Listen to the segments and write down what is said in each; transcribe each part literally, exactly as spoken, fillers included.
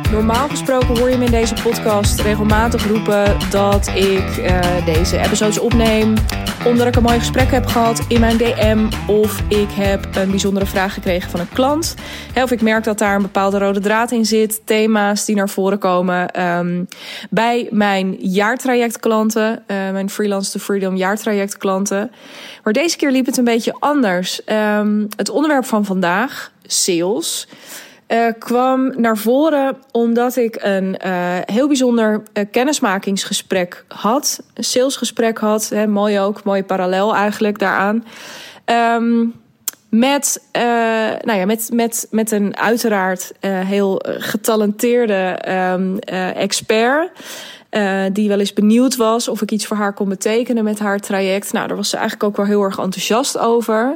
Normaal gesproken hoor je me in deze podcast regelmatig roepen dat ik uh, deze episodes opneem omdat ik een mooi gesprek heb gehad in mijn D M of ik heb een bijzondere vraag gekregen van een klant. Of ik merk dat daar een bepaalde rode draad in zit, thema's die naar voren komen um, bij mijn jaartrajectklanten, uh, mijn Freelance to Freedom jaartrajectklanten. Maar deze keer liep het een beetje anders. Um, het onderwerp van vandaag, sales, Uh, kwam naar voren omdat ik een uh, heel bijzonder uh, kennismakingsgesprek had. Een salesgesprek had. Hè, mooi ook, mooi parallel eigenlijk daaraan. Um, met, uh, nou ja, met, met, met een uiteraard uh, heel getalenteerde um, uh, expert. Uh, die wel eens benieuwd was of ik iets voor haar kon betekenen met haar traject. Nou, daar was ze eigenlijk ook wel heel erg enthousiast over.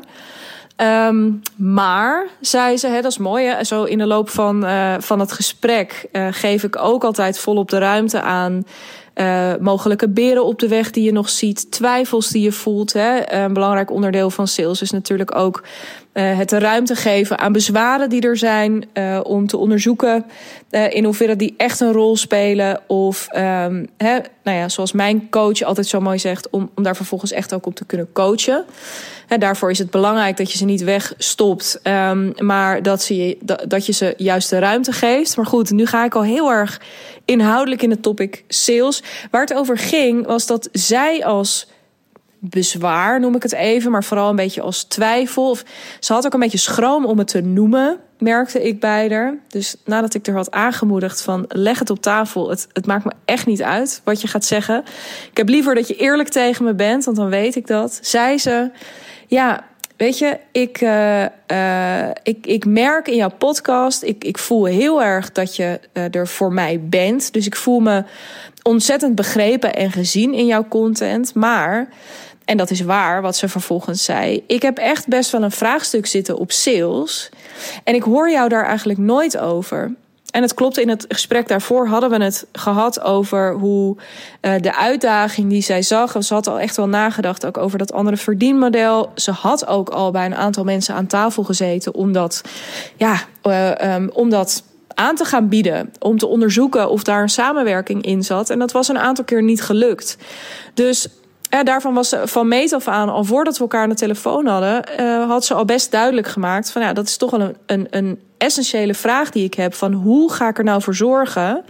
Um, maar, zei ze, hè, dat is mooi, hè? Zo in de loop van, uh, van het gesprek uh, geef ik ook altijd volop de ruimte aan uh, mogelijke beren op de weg die je nog ziet, twijfels die je voelt. Hè? Een belangrijk onderdeel van sales is natuurlijk ook uh, het de ruimte geven aan bezwaren die er zijn, uh, om te onderzoeken uh, in hoeverre die echt een rol spelen. Of, um, hè, nou ja, zoals mijn coach altijd zo mooi zegt, om, om daar vervolgens echt ook op te kunnen coachen. He, daarvoor is het belangrijk dat je ze niet wegstopt, um, maar dat, ze je, dat, dat je ze juist de ruimte geeft. Maar goed, nu ga ik al heel erg inhoudelijk in het topic sales. Waar het over ging, was dat zij als bezwaar, noem ik het even, maar vooral een beetje als twijfel. Of, ze had ook een beetje schroom om het te noemen, merkte ik bij haar. Dus nadat ik er had aangemoedigd van leg het op tafel. Het, het maakt me echt niet uit wat je gaat zeggen. Ik heb liever dat je eerlijk tegen me bent, want dan weet ik dat. Zei ze, ja, weet je, ik, uh, uh, ik, ik merk in jouw podcast, ik, ik voel heel erg dat je uh, er voor mij bent. Dus ik voel me ontzettend begrepen en gezien in jouw content. Maar, en dat is waar wat ze vervolgens zei, ik heb echt best wel een vraagstuk zitten op sales. En ik hoor jou daar eigenlijk nooit over. En het klopte, in het gesprek daarvoor hadden we het gehad over hoe uh, de uitdaging die zij zag. Ze had al echt wel nagedacht ook over dat andere verdienmodel. Ze had ook al bij een aantal mensen aan tafel gezeten om dat, ja, uh, um, om dat aan te gaan bieden. Om te onderzoeken of daar een samenwerking in zat. En dat was een aantal keer niet gelukt. Dus ja, daarvan was ze van meet af aan, al voordat we elkaar aan de telefoon hadden, uh, had ze al best duidelijk gemaakt van ja, dat is toch wel een, een, een essentiële vraag die ik heb. Van hoe ga ik er nou voor zorgen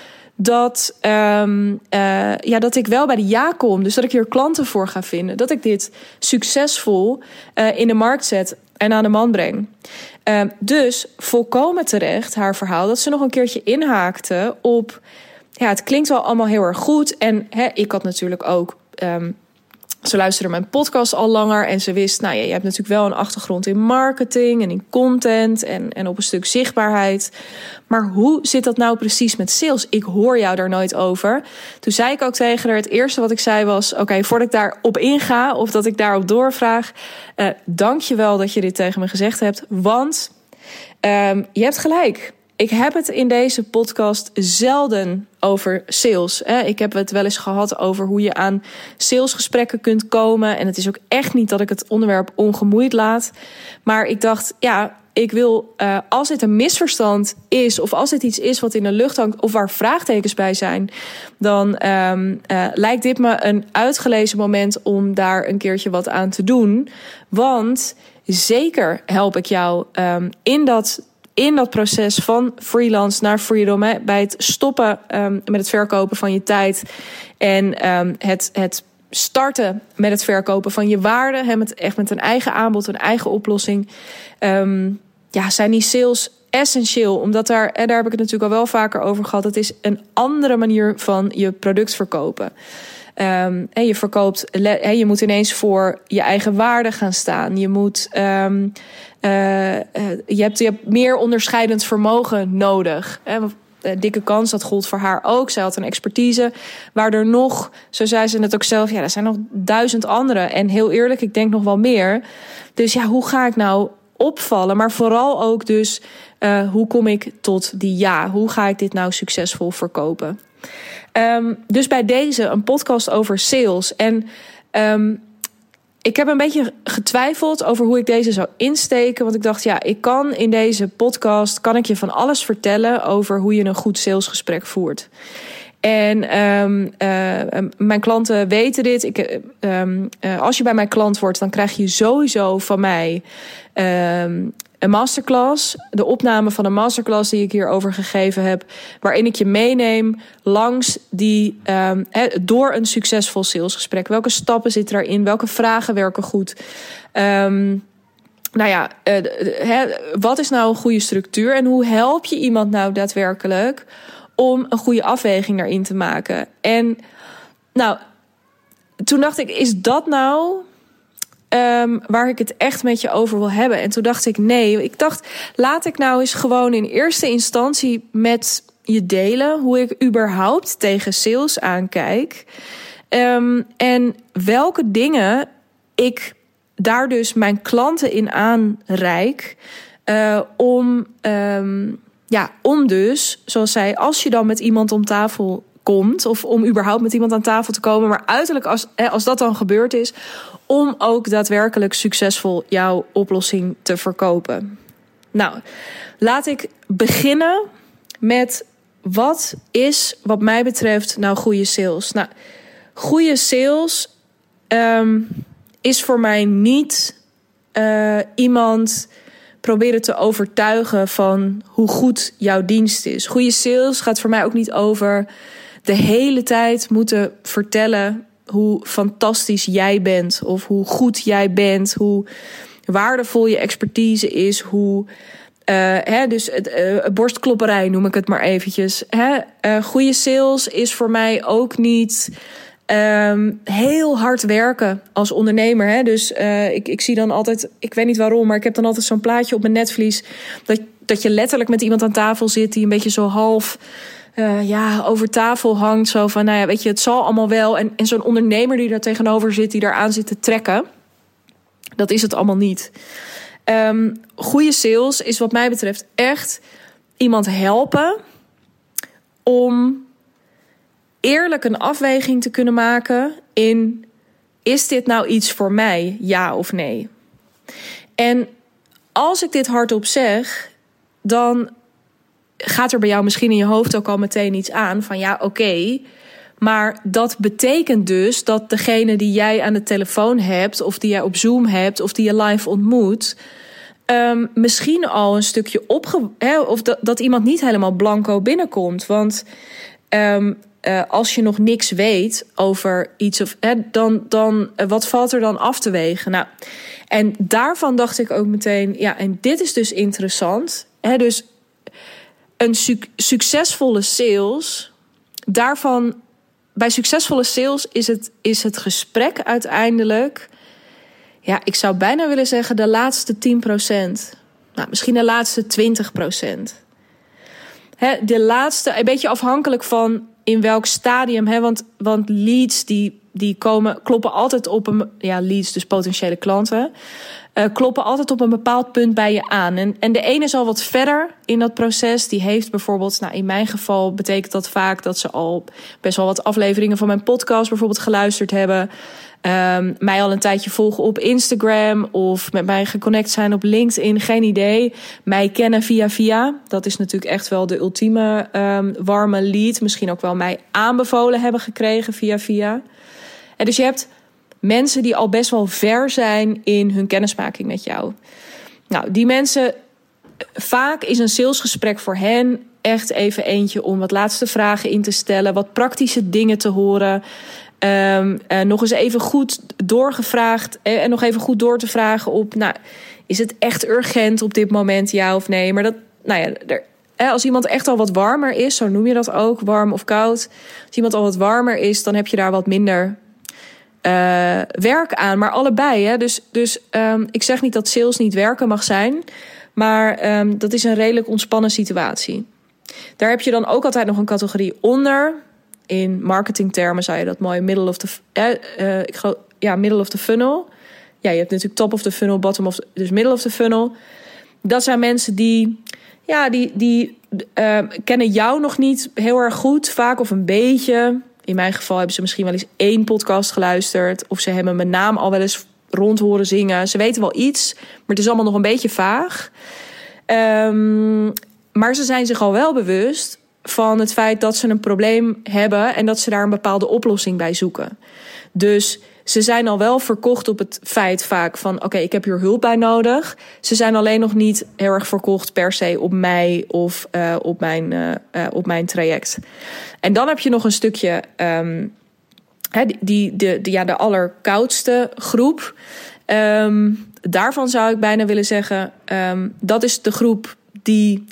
dat, um, uh, ja, dat ik wel bij de ja kom. Dus dat ik hier klanten voor ga vinden. Dat ik dit succesvol uh, in de markt zet en aan de man breng. Uh, dus volkomen terecht haar verhaal dat ze nog een keertje inhaakte op, ja, het klinkt wel allemaal heel erg goed. En hè, ik had natuurlijk ook, Um, ze luisterde mijn podcast al langer en ze wist, nou ja, je hebt natuurlijk wel een achtergrond in marketing en in content en, en op een stuk zichtbaarheid. Maar hoe zit dat nou precies met sales? Ik hoor jou daar nooit over. Toen zei ik ook tegen haar, het eerste wat ik zei was, oké, okay, voordat ik daarop inga of dat ik daarop doorvraag, uh, dank je wel dat je dit tegen me gezegd hebt, want um, je hebt gelijk. Ik heb het in deze podcast zelden over sales. Ik heb het wel eens gehad over hoe je aan salesgesprekken kunt komen. En het is ook echt niet dat ik het onderwerp ongemoeid laat. Maar ik dacht, ja, ik wil, uh, als dit een misverstand is, of als dit iets is wat in de lucht hangt, of waar vraagtekens bij zijn, dan um, uh, lijkt dit me een uitgelezen moment om daar een keertje wat aan te doen. Want zeker help ik jou um, in dat in dat proces van freelance naar freedom, hè, bij het stoppen um, met het verkopen van je tijd en um, het, het starten met het verkopen van je waarde, hè, met, echt met een eigen aanbod, een eigen oplossing, um, ja, zijn die sales essentieel. Omdat daar, en daar heb ik het natuurlijk al wel vaker over gehad, het is een andere manier van je product verkopen. Um, en je verkoopt, he, je moet ineens voor je eigen waarde gaan staan. Je moet, um, uh, uh, je hebt, je hebt meer onderscheidend vermogen nodig. Hè? Dikke kans, dat gold voor haar ook. Zij had een expertise, waar er nog, zo zei ze het ook zelf, ja, er zijn nog duizend anderen. En heel eerlijk, ik denk nog wel meer. Dus ja, hoe ga ik nou opvallen? Maar vooral ook dus, uh, hoe kom ik tot die ja? Hoe ga ik dit nou succesvol verkopen? Um, dus bij deze een podcast over sales. En um, ik heb een beetje getwijfeld over hoe ik deze zou insteken. Want ik dacht, ja, ik kan in deze podcast... kan ik je van alles vertellen over hoe je een goed salesgesprek voert. En um, uh, mijn klanten weten dit. Ik, um, uh, als je bij mijn klant wordt, dan krijg je sowieso van mij... Um, een masterclass, de opname van een masterclass die ik hierover gegeven heb, waarin ik je meeneem langs die, um, he, door een succesvol salesgesprek. Welke stappen zitten daarin? Welke vragen werken goed? Um, nou ja, uh, he, wat is nou een goede structuur? En hoe help je iemand nou daadwerkelijk om een goede afweging daarin te maken? En nou, toen dacht ik, is dat nou... Um, waar ik het echt met je over wil hebben. En toen dacht ik, nee, ik dacht, laat ik nou eens gewoon in eerste instantie met je delen hoe ik überhaupt tegen sales aankijk. Um, en welke dingen ik daar dus mijn klanten in aanreik. Uh, om, um, ja, om dus, zoals zij, als je dan met iemand om tafel komt, of om überhaupt met iemand aan tafel te komen, maar uiterlijk als, als dat dan gebeurd is, om ook daadwerkelijk succesvol jouw oplossing te verkopen. Nou, laat ik beginnen met wat is, wat mij betreft, nou goede sales. Nou, goede sales um, is voor mij niet uh, iemand proberen te overtuigen van hoe goed jouw dienst is. Goede sales gaat voor mij ook niet over de hele tijd moeten vertellen hoe fantastisch jij bent, of hoe goed jij bent, hoe waardevol je expertise is, hoe uh, hè, dus uh, borstklopperij noem ik het maar eventjes. Hè. Uh, goede sales is voor mij ook niet um, heel hard werken als ondernemer. Hè. Dus uh, ik, ik zie dan altijd, ik weet niet waarom, maar ik heb dan altijd zo'n plaatje op mijn netvlies dat, dat je letterlijk met iemand aan tafel zit die een beetje zo half Uh, ja, over tafel hangt. Zo van, nou ja, weet je, het zal allemaal wel. En, en zo'n ondernemer die daar tegenover zit, die daar aan zit te trekken. Dat is het allemaal niet. Um, goede sales is wat mij betreft echt iemand helpen om eerlijk een afweging te kunnen maken in, is dit nou iets voor mij, ja of nee? En als ik dit hardop zeg, dan gaat er bij jou misschien in je hoofd ook al meteen iets aan van ja, oké, okay, maar dat betekent dus dat degene die jij aan de telefoon hebt, of die jij op Zoom hebt, of die je live ontmoet, um, misschien al een stukje opge... Hè, of dat, dat iemand niet helemaal blanco binnenkomt. Want um, uh, als je nog niks weet over iets, of hè, dan, dan uh, wat valt er dan af te wegen? Nou, en daarvan dacht ik ook meteen, ja, en dit is dus interessant. Hè, dus een su- succesvolle sales, daarvan, bij succesvolle sales is het, is het gesprek uiteindelijk, ja, ik zou bijna willen zeggen de laatste tien procent. Nou, misschien de laatste twintig procent. Hè, de laatste, een beetje afhankelijk van in welk stadium, hè, want, want leads die, die komen, kloppen altijd op een, ja, leads, dus potentiële klanten, Uh, kloppen altijd op een bepaald punt bij je aan. En, en de ene is al wat verder in dat proces. Die heeft bijvoorbeeld, nou in mijn geval betekent dat vaak dat ze al best wel wat afleveringen van mijn podcast bijvoorbeeld geluisterd hebben. Um, mij al een tijdje volgen op Instagram of met mij geconnect zijn op LinkedIn, geen idee. Mij kennen via via. Dat is natuurlijk echt wel de ultieme um, warme lead. Misschien ook wel mij aanbevolen hebben gekregen via via. En dus je hebt mensen die al best wel ver zijn in hun kennismaking met jou. Nou, die mensen, vaak is een salesgesprek voor hen echt even eentje om wat laatste vragen in te stellen, wat praktische dingen te horen. Um, uh, nog eens even goed doorgevraagd en nog even goed door te vragen op, nou, is het echt urgent op dit moment, ja of nee? Maar dat, nou ja, er, als iemand echt al wat warmer is, zo noem je dat ook, warm of koud. Als iemand al wat warmer is, dan heb je daar wat minder Uh, werk aan, maar allebei. Hè? Dus, dus um, ik zeg niet dat sales niet werken mag zijn, maar um, dat is een redelijk ontspannen situatie. Daar heb je dan ook altijd nog een categorie onder. In marketingtermen zou je dat mooi middle of the, uh, uh, ik geloof, ja, middle of the funnel. Ja, je hebt natuurlijk top of the funnel, bottom of the, dus middle of the funnel. Dat zijn mensen die, ja, die, die uh, kennen jou nog niet heel erg goed, vaak of een beetje. In mijn geval hebben ze misschien wel eens één podcast geluisterd, of ze hebben mijn naam al wel eens rond horen zingen. Ze weten wel iets, maar het is allemaal nog een beetje vaag. Um, maar ze zijn zich al wel bewust van het feit dat ze een probleem hebben en dat ze daar een bepaalde oplossing bij zoeken. Dus ze zijn al wel verkocht op het feit vaak van oké, okay, ik heb hier hulp bij nodig. Ze zijn alleen nog niet heel erg verkocht per se op mij of uh, op, mijn, uh, uh, op mijn traject. En dan heb je nog een stukje, um, he, die, de, de, ja, de allerkoudste groep. Um, daarvan zou ik bijna willen zeggen, um, dat is de groep die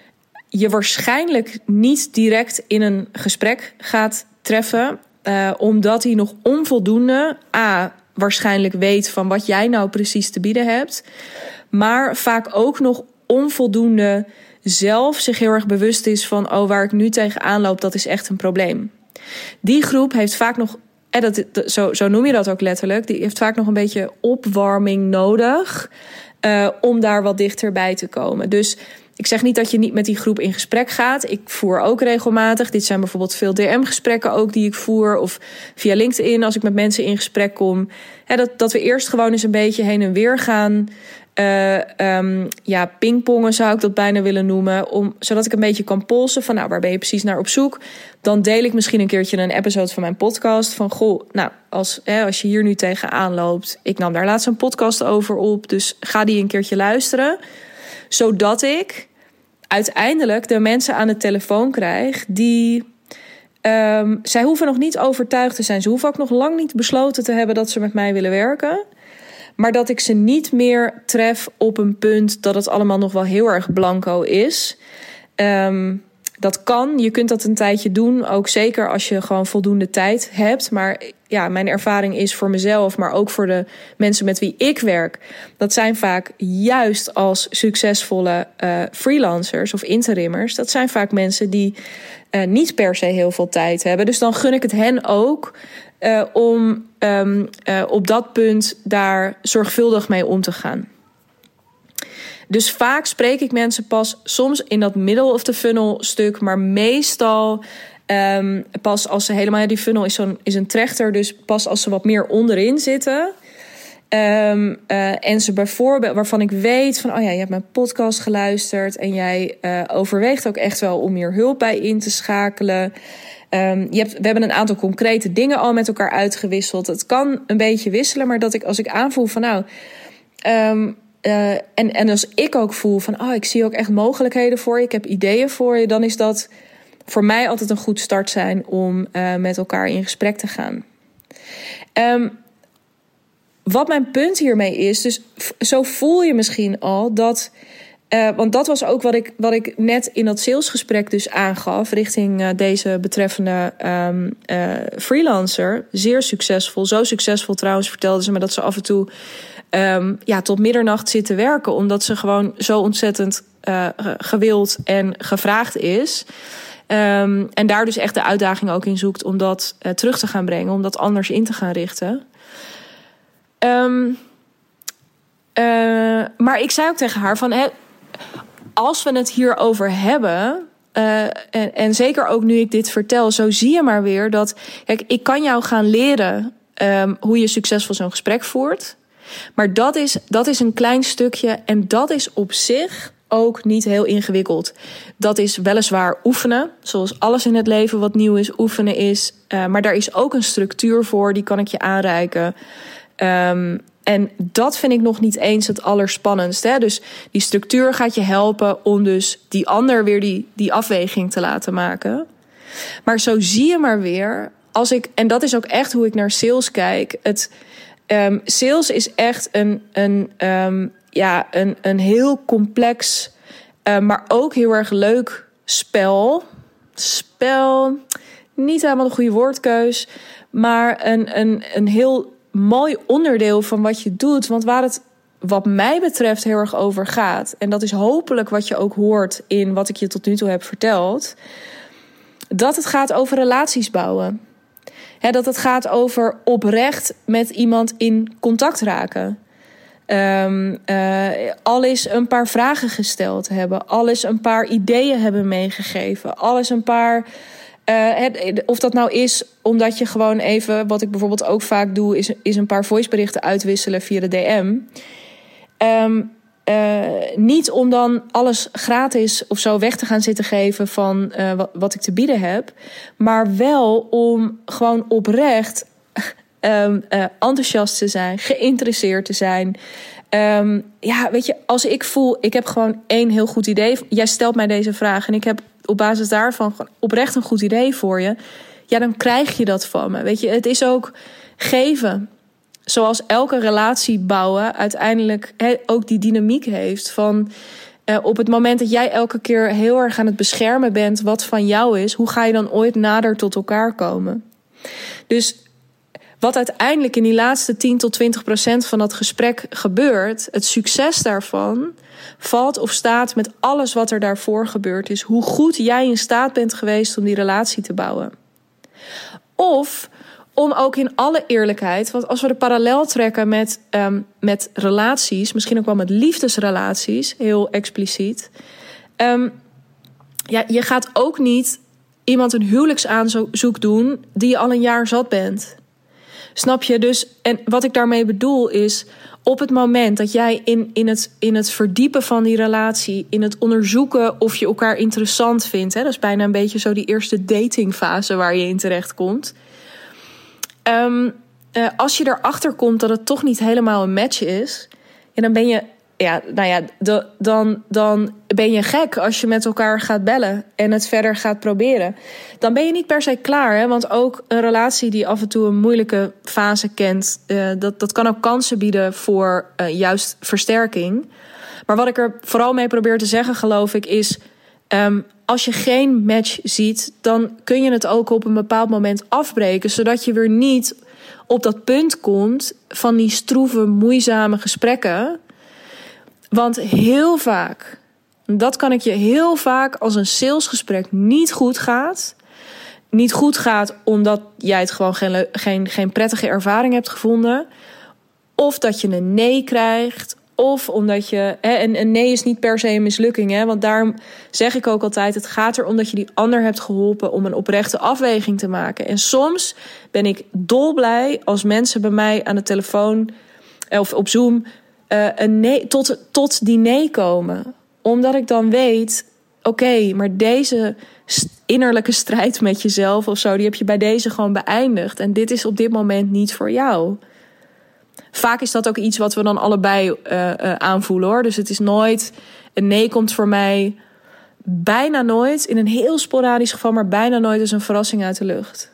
je waarschijnlijk niet direct in een gesprek gaat treffen. Uh, omdat hij nog onvoldoende, A, waarschijnlijk weet van wat jij nou precies te bieden hebt. Maar vaak ook nog onvoldoende zelf zich heel erg bewust is van, oh, waar ik nu tegenaan loop, dat is echt een probleem. Die groep heeft vaak nog, en dat, dat, zo, zo noem je dat ook letterlijk, die heeft vaak nog een beetje opwarming nodig uh, om daar wat dichterbij te komen. Dus ik zeg niet dat je niet met die groep in gesprek gaat. Ik voer ook regelmatig. Dit zijn bijvoorbeeld veel D M-gesprekken ook die ik voer. Of via LinkedIn als ik met mensen in gesprek kom. He, dat, dat we eerst gewoon eens een beetje heen en weer gaan. Uh, um, ja, pingpongen zou ik dat bijna willen noemen. Om, zodat ik een beetje kan polsen van nou, waar ben je precies naar op zoek? Dan deel ik misschien een keertje een episode van mijn podcast. Van goh, nou, als, hè, als je hier nu tegenaan loopt. Ik nam daar laatst een podcast over op. Dus ga die een keertje luisteren. Zodat ik uiteindelijk de mensen aan de telefoon krijg die Um, zij hoeven nog niet overtuigd te zijn. Ze hoeven ook nog lang niet besloten te hebben dat ze met mij willen werken. Maar dat ik ze niet meer tref op een punt dat het allemaal nog wel heel erg blanco is. Um, dat kan. Je kunt dat een tijdje doen. Ook zeker als je gewoon voldoende tijd hebt. Maar ja, mijn ervaring is voor mezelf, maar ook voor de mensen met wie ik werk. Dat zijn vaak juist als succesvolle uh, freelancers of interimmers. Dat zijn vaak mensen die uh, niet per se heel veel tijd hebben. Dus dan gun ik het hen ook uh, om um, uh, op dat punt daar zorgvuldig mee om te gaan. Dus vaak spreek ik mensen pas soms in dat middle of the funnel stuk, maar meestal um, pas als ze helemaal, die funnel is, zo'n, is een trechter, dus pas als ze wat meer onderin zitten. Um, uh, en ze bijvoorbeeld, waarvan ik weet van, oh ja, je hebt mijn podcast geluisterd en jij uh, overweegt ook echt wel om hier hulp bij in te schakelen. Um, je hebt, we hebben een aantal concrete dingen al met elkaar uitgewisseld. Het kan een beetje wisselen, maar dat ik als ik aanvoel van nou, um, Uh, en, en als ik ook voel van, oh, ik zie ook echt mogelijkheden voor je, ik heb ideeën voor je, dan is dat voor mij altijd een goed start zijn om uh, met elkaar in gesprek te gaan. Um, wat mijn punt hiermee is, dus f- zo voel je misschien al dat, uh, want dat was ook wat ik, wat ik net in dat salesgesprek dus aangaf richting uh, deze betreffende um, uh, freelancer. Zeer succesvol, zo succesvol trouwens, vertelde ze me dat ze af en toe Um, ja, tot middernacht zitten werken, omdat ze gewoon zo ontzettend uh, gewild en gevraagd is. Um, en daar dus echt de uitdaging ook in zoekt om dat uh, terug te gaan brengen, om dat anders in te gaan richten. Um, uh, maar ik zei ook tegen haar van, hè, als we het hierover hebben, Uh, en, en zeker ook nu ik dit vertel, zo zie je maar weer dat, kijk, ik kan jou gaan leren um, hoe je succesvol zo'n gesprek voert. Maar dat is, dat is een klein stukje en dat is op zich ook niet heel ingewikkeld. Dat is weliswaar oefenen, zoals alles in het leven wat nieuw is, oefenen is. Uh, maar daar is ook een structuur voor, die kan ik je aanreiken. Um, en dat vind ik nog niet eens het allerspannendst. Hè? Dus die structuur gaat je helpen om dus die ander weer die, die afweging te laten maken. Maar zo zie je maar weer, als ik, en dat is ook echt hoe ik naar sales kijk. Het Um, sales is echt een, een, um, ja, een, een heel complex, uh, maar ook heel erg leuk spel. Spel, niet helemaal de goede woordkeus, maar een, een, een heel mooi onderdeel van wat je doet. Want waar het wat mij betreft heel erg over gaat, en dat is hopelijk wat je ook hoort in wat ik je tot nu toe heb verteld, dat het gaat over relaties bouwen. He, dat het gaat over oprecht met iemand in contact raken. Um, uh, al eens een paar vragen gesteld hebben. Al eens een paar ideeën hebben meegegeven. Al eens een paar Uh, het, of dat nou is omdat je gewoon even, wat ik bijvoorbeeld ook vaak doe, is, is een paar voiceberichten uitwisselen via de D M. Um, uh, niet om dan alles gratis of zo weg te gaan zitten geven van uh, wat, wat ik te bieden heb. Maar wel om gewoon oprecht um, uh, enthousiast te zijn, geïnteresseerd te zijn. Um, ja, weet je, als ik voel, ik heb gewoon één heel goed idee. Jij stelt mij deze vraag en ik heb op basis daarvan gewoon oprecht een goed idee voor je. Ja, dan krijg je dat van me. Weet je, het is ook geven. Zoals elke relatie bouwen uiteindelijk he, ook die dynamiek heeft. Van uh, op het moment dat jij elke keer heel erg aan het beschermen bent wat van jou is, hoe ga je dan ooit nader tot elkaar komen? Dus wat uiteindelijk in die laatste tien tot twintig procent van dat gesprek gebeurt, het succes daarvan valt of staat met alles wat er daarvoor gebeurd is. Hoe goed jij in staat bent geweest om die relatie te bouwen. Of om ook in alle eerlijkheid, want als we de parallel trekken met, um, met relaties, misschien ook wel met liefdesrelaties, heel expliciet. Um, ja, je gaat ook niet iemand een huwelijksaanzoek doen die je al een jaar zat bent. Snap je? Dus, en wat ik daarmee bedoel is, op het moment dat jij in, in, het, in het verdiepen van die relatie, in het onderzoeken of je elkaar interessant vindt, hè, dat is bijna een beetje zo die eerste datingfase waar je in terecht komt. Um, uh, als je erachter komt dat het toch niet helemaal een match is, ja, dan ben je, ja, nou ja, de, dan, dan ben je gek als je met elkaar gaat bellen en het verder gaat proberen. Dan ben je niet per se klaar, hè? Want ook een relatie die af en toe een moeilijke fase kent, uh, dat, dat kan ook kansen bieden voor uh, juist versterking. Maar wat ik er vooral mee probeer te zeggen, geloof ik, is Um, als je geen match ziet, dan kun je het ook op een bepaald moment afbreken, zodat je weer niet op dat punt komt van die stroeve, moeizame gesprekken. Want heel vaak, dat kan ik je heel vaak, als een salesgesprek niet goed gaat, niet goed gaat omdat jij het gewoon geen, geen, geen prettige ervaring hebt gevonden, of dat je een nee krijgt, of omdat je, hè, en een nee is niet per se een mislukking, hè, want daarom zeg ik ook altijd, het gaat erom dat je die ander hebt geholpen om een oprechte afweging te maken. En soms ben ik dolblij als mensen bij mij aan de telefoon of op Zoom uh, een nee, tot, tot die nee komen. Omdat ik dan weet, oké, okay, maar deze innerlijke strijd met jezelf of zo, die heb je bij deze gewoon beëindigd. En dit is op dit moment niet voor jou. Vaak is dat ook iets wat we dan allebei uh, uh, aanvoelen, hoor. Dus het is nooit, een nee komt voor mij bijna nooit, in een heel sporadisch geval, maar bijna nooit als een verrassing uit de lucht.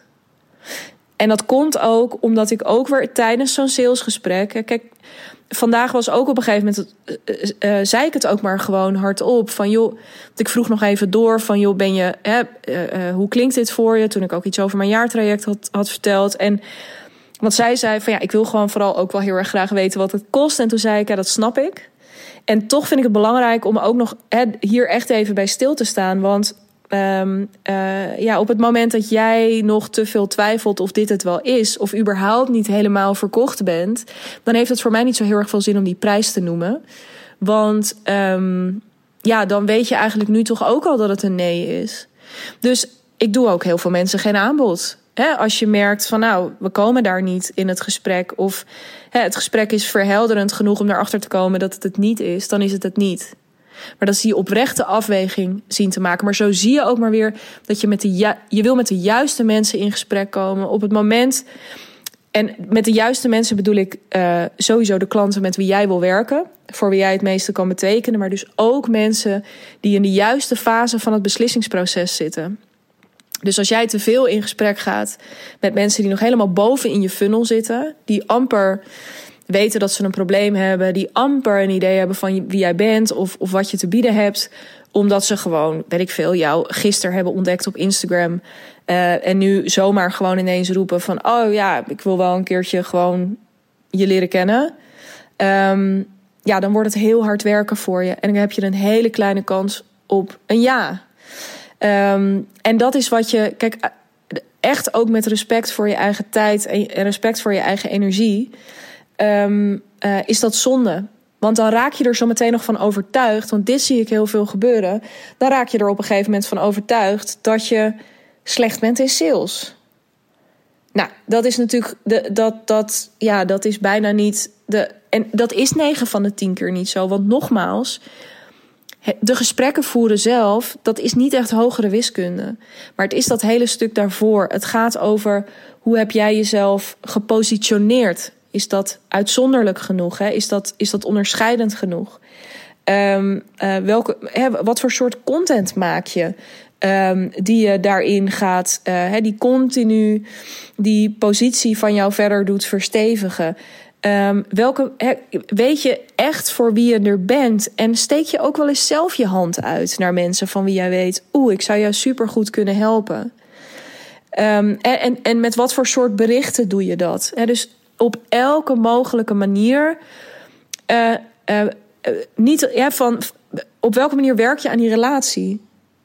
En dat komt ook omdat ik ook weer tijdens zo'n salesgesprek, kijk, vandaag was ook op een gegeven moment, uh, uh, zei ik het ook maar gewoon hardop, van joh, ik vroeg nog even door van joh, ben je, hè, uh, uh, hoe klinkt dit voor je? Toen ik ook iets over mijn jaartraject had, had verteld. En want zij zei van ja, ik wil gewoon vooral ook wel heel erg graag weten wat het kost. En toen zei ik, ja, dat snap ik. En toch vind ik het belangrijk om ook nog hè, hier echt even bij stil te staan. Want um, uh, ja, op het moment dat jij nog te veel twijfelt of dit het wel is, of überhaupt niet helemaal verkocht bent, dan heeft het voor mij niet zo heel erg veel zin om die prijs te noemen. Want um, ja, dan weet je eigenlijk nu toch ook al dat het een nee is. Dus ik doe ook heel veel mensen geen aanbod. He, als je merkt van nou, we komen daar niet in het gesprek, of he, het gesprek is verhelderend genoeg om erachter te komen dat het het niet is, dan is het het niet. Maar dat zie je oprechte afweging zien te maken. Maar zo zie je ook maar weer dat je met de ju- je wil met de juiste mensen in gesprek komen op het moment. En met de juiste mensen bedoel ik uh, sowieso de klanten met wie jij wil werken, voor wie jij het meeste kan betekenen, maar dus ook mensen die in de juiste fase van het beslissingsproces zitten. Dus als jij te veel in gesprek gaat met mensen die nog helemaal boven in je funnel zitten, die amper weten dat ze een probleem hebben, die amper een idee hebben van wie jij bent of, of wat je te bieden hebt, omdat ze gewoon, weet ik veel, jou gisteren hebben ontdekt op Instagram uh, en nu zomaar gewoon ineens roepen van oh ja, ik wil wel een keertje gewoon je leren kennen. Um, ja, dan wordt het heel hard werken voor je en dan heb je een hele kleine kans op een ja. Um, en dat is wat je, kijk, echt ook met respect voor je eigen tijd en respect voor je eigen energie, um, uh, is dat zonde. Want dan raak je er zo meteen nog van overtuigd, want dit zie ik heel veel gebeuren. Dan raak je er op een gegeven moment van overtuigd dat je slecht bent in sales. Nou, dat is natuurlijk, de, dat, dat, ja, dat is bijna niet, de, en dat is negen van de tien keer niet zo. Want nogmaals, de gesprekken voeren zelf, dat is niet echt hogere wiskunde. Maar het is dat hele stuk daarvoor. Het gaat over, hoe heb jij jezelf gepositioneerd? Is dat uitzonderlijk genoeg? Hè? Is dat, is dat onderscheidend genoeg? Um, uh, welke, hè, wat voor soort content maak je? Um, die je daarin gaat, uh, he, die continu die positie van jou verder doet verstevigen. Um, welke, he, weet je echt voor wie je er bent? En steek je ook wel eens zelf je hand uit naar mensen van wie jij weet, oeh, ik zou jou supergoed kunnen helpen. Um, en, en, en met wat voor soort berichten doe je dat? He, dus op elke mogelijke manier, uh, uh, uh, niet, ja, van, op welke manier werk je aan die relatie?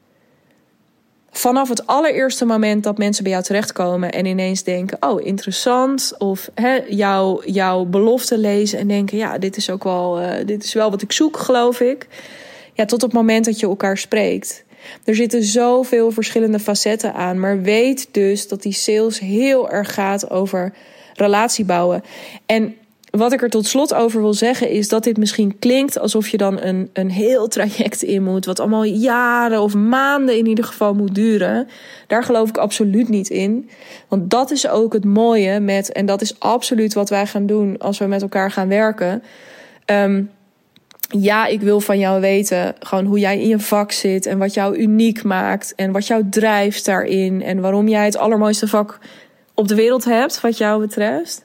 Vanaf het allereerste moment dat mensen bij jou terechtkomen en ineens denken, oh, interessant. Of hè, jouw, jouw belofte lezen en denken, ja, dit is ook wel, uh, dit is wel wat ik zoek, geloof ik. Ja, tot het moment dat je elkaar spreekt. Er zitten zoveel verschillende facetten aan. Maar weet dus dat die sales heel erg gaat over relatie bouwen. En wat ik er tot slot over wil zeggen is dat dit misschien klinkt alsof je dan een, een heel traject in moet, wat allemaal jaren of maanden in ieder geval moet duren. Daar geloof ik absoluut niet in. Want dat is ook het mooie met, en dat is absoluut wat wij gaan doen als we met elkaar gaan werken. Um, ja, ik wil van jou weten gewoon hoe jij in je vak zit en wat jou uniek maakt en wat jou drijft daarin en waarom jij het allermooiste vak op de wereld hebt wat jou betreft.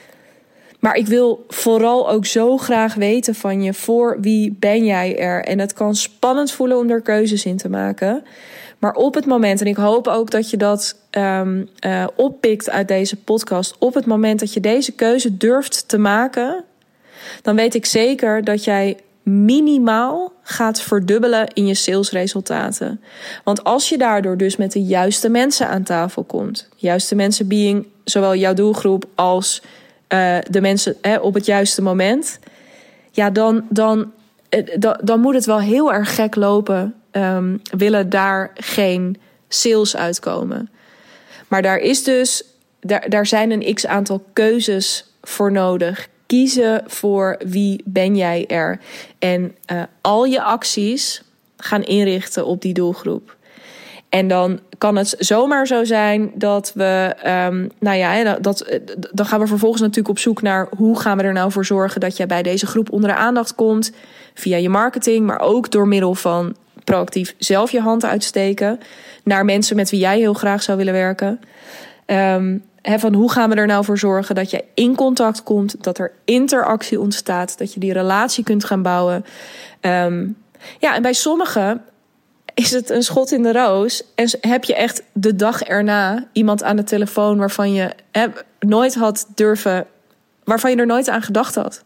Maar ik wil vooral ook zo graag weten van je, voor wie ben jij er? En het kan spannend voelen om er keuzes in te maken. Maar op het moment, en ik hoop ook dat je dat um, uh, oppikt uit deze podcast, op het moment dat je deze keuze durft te maken, dan weet ik zeker dat jij minimaal gaat verdubbelen in je salesresultaten. Want als je daardoor dus met de juiste mensen aan tafel komt, juiste mensen being zowel jouw doelgroep als Uh, de mensen hè, op het juiste moment, ja, dan, dan, dan, dan moet het wel heel erg gek lopen. Um, willen daar geen sales uitkomen. Maar daar is dus, daar, daar zijn een x-aantal keuzes voor nodig. Kiezen voor wie ben jij er. En uh, al je acties gaan inrichten op die doelgroep. En dan kan het zomaar zo zijn dat we, um, nou ja, dat, dan gaan we vervolgens natuurlijk op zoek naar hoe gaan we er nou voor zorgen dat jij bij deze groep onder de aandacht komt. Via je marketing, maar ook door middel van proactief zelf je hand uitsteken naar mensen met wie jij heel graag zou willen werken. Um, he, van hoe gaan we er nou voor zorgen dat je in contact komt, dat er interactie ontstaat, dat je die relatie kunt gaan bouwen. Um, ja, en bij sommigen is het een schot in de roos en heb je echt de dag erna iemand aan de telefoon waarvan je he, nooit had durven, waarvan je er nooit aan gedacht had.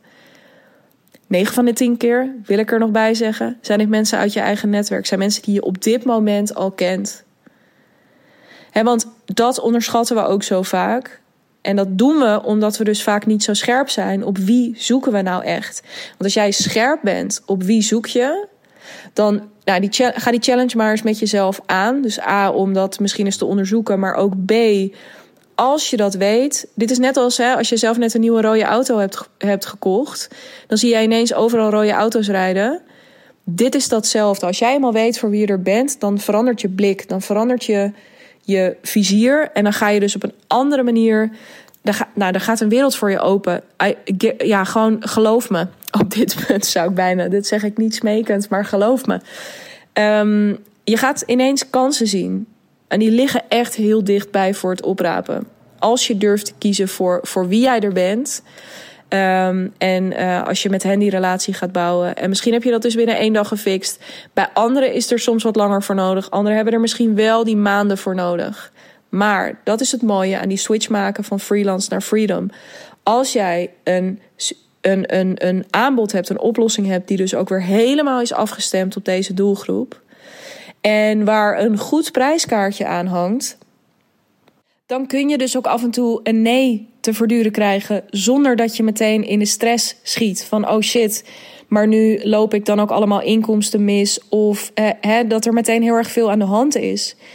negen van de tien keer, wil ik er nog bij zeggen, zijn het mensen uit je eigen netwerk. Zijn mensen die je op dit moment al kent. He, want dat onderschatten we ook zo vaak. En dat doen we omdat we dus vaak niet zo scherp zijn op wie zoeken we nou echt. Want als jij scherp bent op wie zoek je, dan nou, die, ga die challenge maar eens met jezelf aan. Dus A, om dat misschien eens te onderzoeken, maar ook B, als je dat weet. Dit is net als hè, als je zelf net een nieuwe rode auto hebt, hebt gekocht, dan zie jij ineens overal rode auto's rijden. Dit is datzelfde. Als jij eenmaal weet voor wie je er bent, dan verandert je blik, dan verandert je je vizier en dan ga je dus op een andere manier, dan, ga, nou, dan gaat een wereld voor je open. I, ja, gewoon geloof me. Op dit punt zou ik bijna, dit zeg ik niet smekend, maar geloof me. Um, je gaat ineens kansen zien. En die liggen echt heel dichtbij voor het oprapen. Als je durft te kiezen voor, voor wie jij er bent. Um, en uh, als je met hen die relatie gaat bouwen. En misschien heb je dat dus binnen één dag gefixt. Bij anderen is er soms wat langer voor nodig. Anderen hebben er misschien wel die maanden voor nodig. Maar dat is het mooie aan die switch maken van freelance naar freedom. Als jij een, een, een, een aanbod hebt, een oplossing hebt die dus ook weer helemaal is afgestemd op deze doelgroep. En waar een goed prijskaartje aan hangt, dan kun je dus ook af en toe een nee te verduren krijgen zonder dat je meteen in de stress schiet van oh shit, maar nu loop ik dan ook allemaal inkomsten mis of eh, hè, dat er meteen heel erg veel aan de hand is.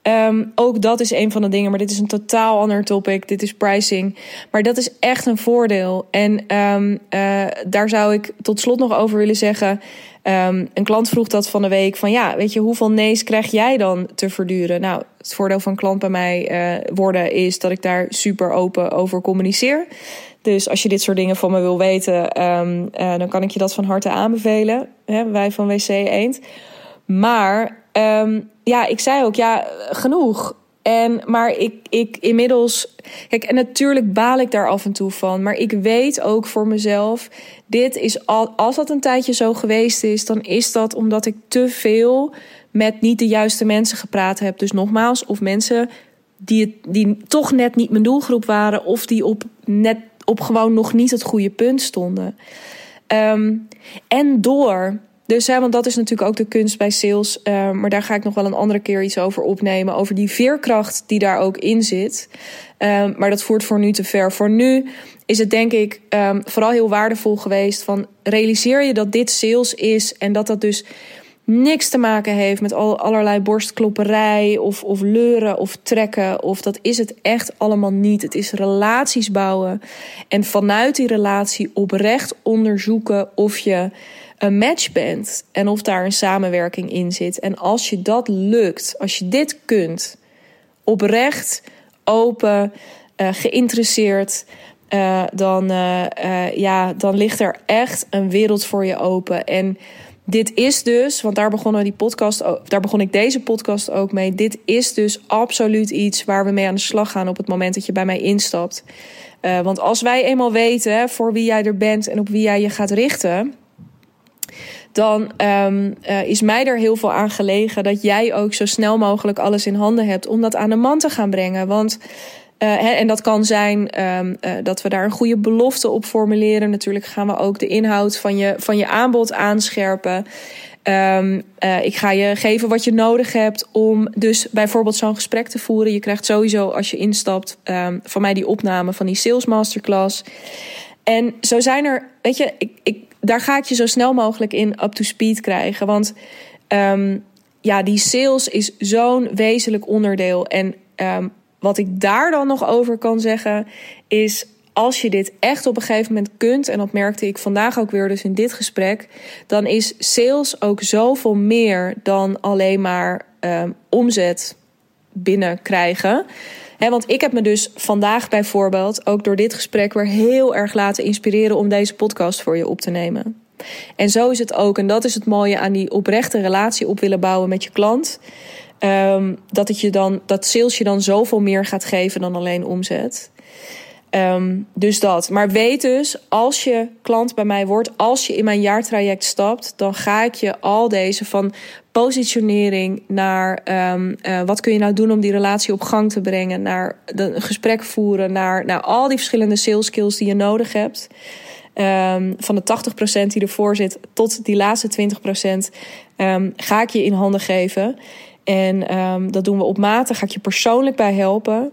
Um, ook dat is een van de dingen, maar dit is een totaal ander topic. Dit is pricing. Maar dat is echt een voordeel. En um, uh, daar zou ik tot slot nog over willen zeggen. Um, een klant vroeg dat van de week van ja, weet je, hoeveel nee's krijg jij dan te verduren? Nou, het voordeel van klant bij mij uh, worden is dat ik daar super open over communiceer. Dus als je dit soort dingen van me wil weten, um, uh, dan kan ik je dat van harte aanbevelen. Hè, wij van W C Eend. Maar um, ja, ik zei ook, ja, genoeg. En, maar ik, ik inmiddels... Kijk, en natuurlijk baal ik daar af en toe van. Maar ik weet ook voor mezelf... Dit is al, als dat een tijdje zo geweest is... dan is dat omdat ik te veel met niet de juiste mensen gepraat heb. Dus nogmaals, of mensen die, die toch net niet mijn doelgroep waren... of die op, net, op gewoon nog niet het goede punt stonden. Um, en door... Dus, hè, want dat is natuurlijk ook de kunst bij sales. Uh, maar daar ga ik nog wel een andere keer iets over opnemen. Over die veerkracht die daar ook in zit. Uh, maar dat voert voor nu te ver. Voor nu is het denk ik um, vooral heel waardevol geweest. Van realiseer je dat dit sales is. En dat dat dus niks te maken heeft met al, allerlei borstklopperij. Of, of leuren of trekken. Of dat is het echt allemaal niet. Het is relaties bouwen. En vanuit die relatie oprecht onderzoeken of je... een match bent en of daar een samenwerking in zit. En als je dat lukt, als je dit kunt, oprecht, open, uh, geïnteresseerd, uh, dan, uh, uh, ja, dan ligt er echt een wereld voor je open. En dit is dus, want daar begonnen we die podcast, daar begon ik deze podcast ook mee. Dit is dus absoluut iets waar we mee aan de slag gaan op het moment dat je bij mij instapt. Uh, want als wij eenmaal weten voor wie jij er bent en op wie jij je gaat richten, dan um, uh, is mij er heel veel aan gelegen dat jij ook zo snel mogelijk alles in handen hebt om dat aan de man te gaan brengen. Want uh, he, en dat kan zijn um, uh, dat we daar een goede belofte op formuleren. Natuurlijk gaan we ook de inhoud van je, van je aanbod aanscherpen. Um, uh, ik ga je geven wat je nodig hebt om dus bijvoorbeeld zo'n gesprek te voeren. Je krijgt sowieso als je instapt um, van mij die opname van die Sales Masterclass. En zo zijn er, weet je, ik, ik, daar ga ik je zo snel mogelijk in up to speed krijgen. Want um, ja, die sales is zo'n wezenlijk onderdeel. En um, wat ik daar dan nog over kan zeggen is, als je dit echt op een gegeven moment kunt, en dat merkte ik vandaag ook weer dus in dit gesprek, dan is sales ook zoveel meer dan alleen maar um, omzet binnenkrijgen. He, want ik heb me dus vandaag bijvoorbeeld ook door dit gesprek weer heel erg laten inspireren om deze podcast voor je op te nemen. En zo is het ook. En dat is het mooie aan die oprechte relatie op willen bouwen met je klant. Um, dat, het je dan, dat sales je dan zoveel meer gaat geven dan alleen omzet. Um, dus dat. Maar weet dus, als je klant bij mij wordt, als je in mijn jaartraject stapt, dan ga ik je al deze van positionering naar um, uh, wat kun je nou doen om die relatie op gang te brengen, naar de, een gesprek voeren, naar, naar al die verschillende sales skills die je nodig hebt. Um, van de tachtig procent die ervoor zit tot die laatste twintig procent um, ga ik je in handen geven. En um, dat doen we op maat. Daar ga ik je persoonlijk bij helpen.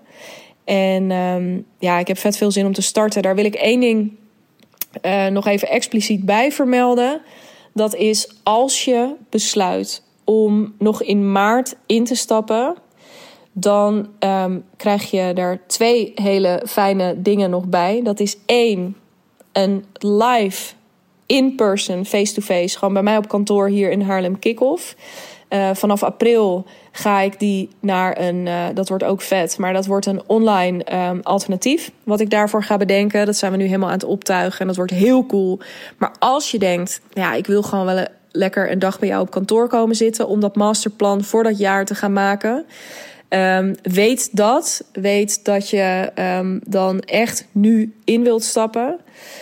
En um, ja, ik heb vet veel zin om te starten. Daar wil ik één ding uh, nog even expliciet bij vermelden. Dat is als je besluit om nog in maart in te stappen, dan um, krijg je er twee hele fijne dingen nog bij. Dat is één, een live, in-person, face-to-face, gewoon bij mij op kantoor hier in Haarlem kick-off. Uh, vanaf april ga ik die naar een, uh, dat wordt ook vet, maar dat wordt een online um, alternatief. Wat ik daarvoor ga bedenken, dat zijn we nu helemaal aan het optuigen en dat wordt heel cool. Maar als je denkt, ja, ik wil gewoon wel lekker een dag bij jou op kantoor komen zitten om dat masterplan voor dat jaar te gaan maken. Um, weet dat, weet dat je um, dan echt nu in wilt stappen.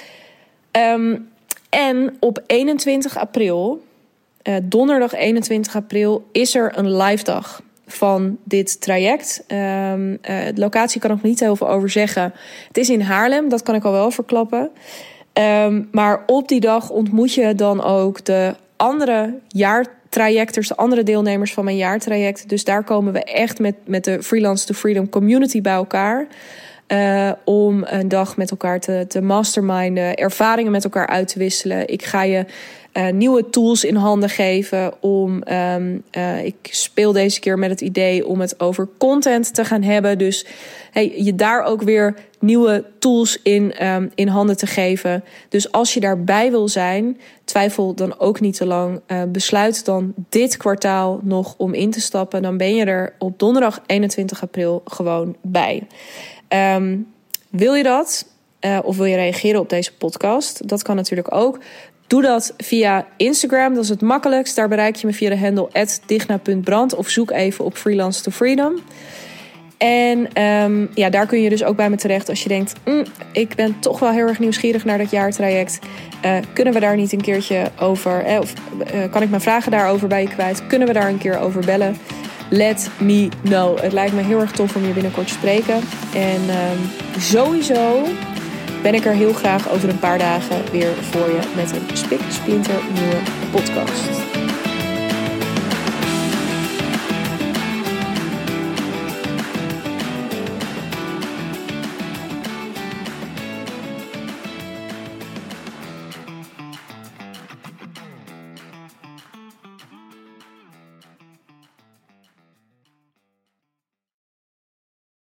Um, en op eenentwintig april... Uh, donderdag eenentwintig april is er een live dag van dit traject. Um, uh, de locatie kan ik nog niet heel veel over zeggen. Het is in Haarlem, dat kan ik al wel verklappen. Um, maar op die dag ontmoet je dan ook de andere jaartrajecters, de andere deelnemers van mijn jaartraject. Dus daar komen we echt met, met de Freelance to Freedom community bij elkaar. Uh, om een dag met elkaar te, te masterminden, ervaringen met elkaar uit te wisselen. Ik ga je uh, nieuwe tools in handen geven om... Um, uh, ik speel deze keer met het idee om het over content te gaan hebben. Dus hey, je daar ook weer nieuwe tools in, um, in handen te geven. Dus als je daarbij wil zijn, twijfel dan ook niet te lang. Uh, besluit dan dit kwartaal nog om in te stappen. Dan ben je er op donderdag eenentwintig april gewoon bij. Um, wil je dat? Uh, of wil je reageren op deze podcast? Dat kan natuurlijk ook. Doe dat via Instagram, dat is het makkelijkst. Daar bereik je me via de handle at digna punt brand of zoek even op Freelance to Freedom. En um, ja, daar kun je dus ook bij me terecht als je denkt... Mm, ik ben toch wel heel erg nieuwsgierig naar dat jaartraject. Uh, kunnen we daar niet een keertje over... Eh, of uh, kan ik mijn vragen daarover bij je kwijt? Kunnen we daar een keer over bellen? Let me know. Het lijkt me heel erg tof om je binnenkort te spreken. En um, sowieso ben ik er heel graag over een paar dagen weer voor je met een spik splinter nieuwe podcast.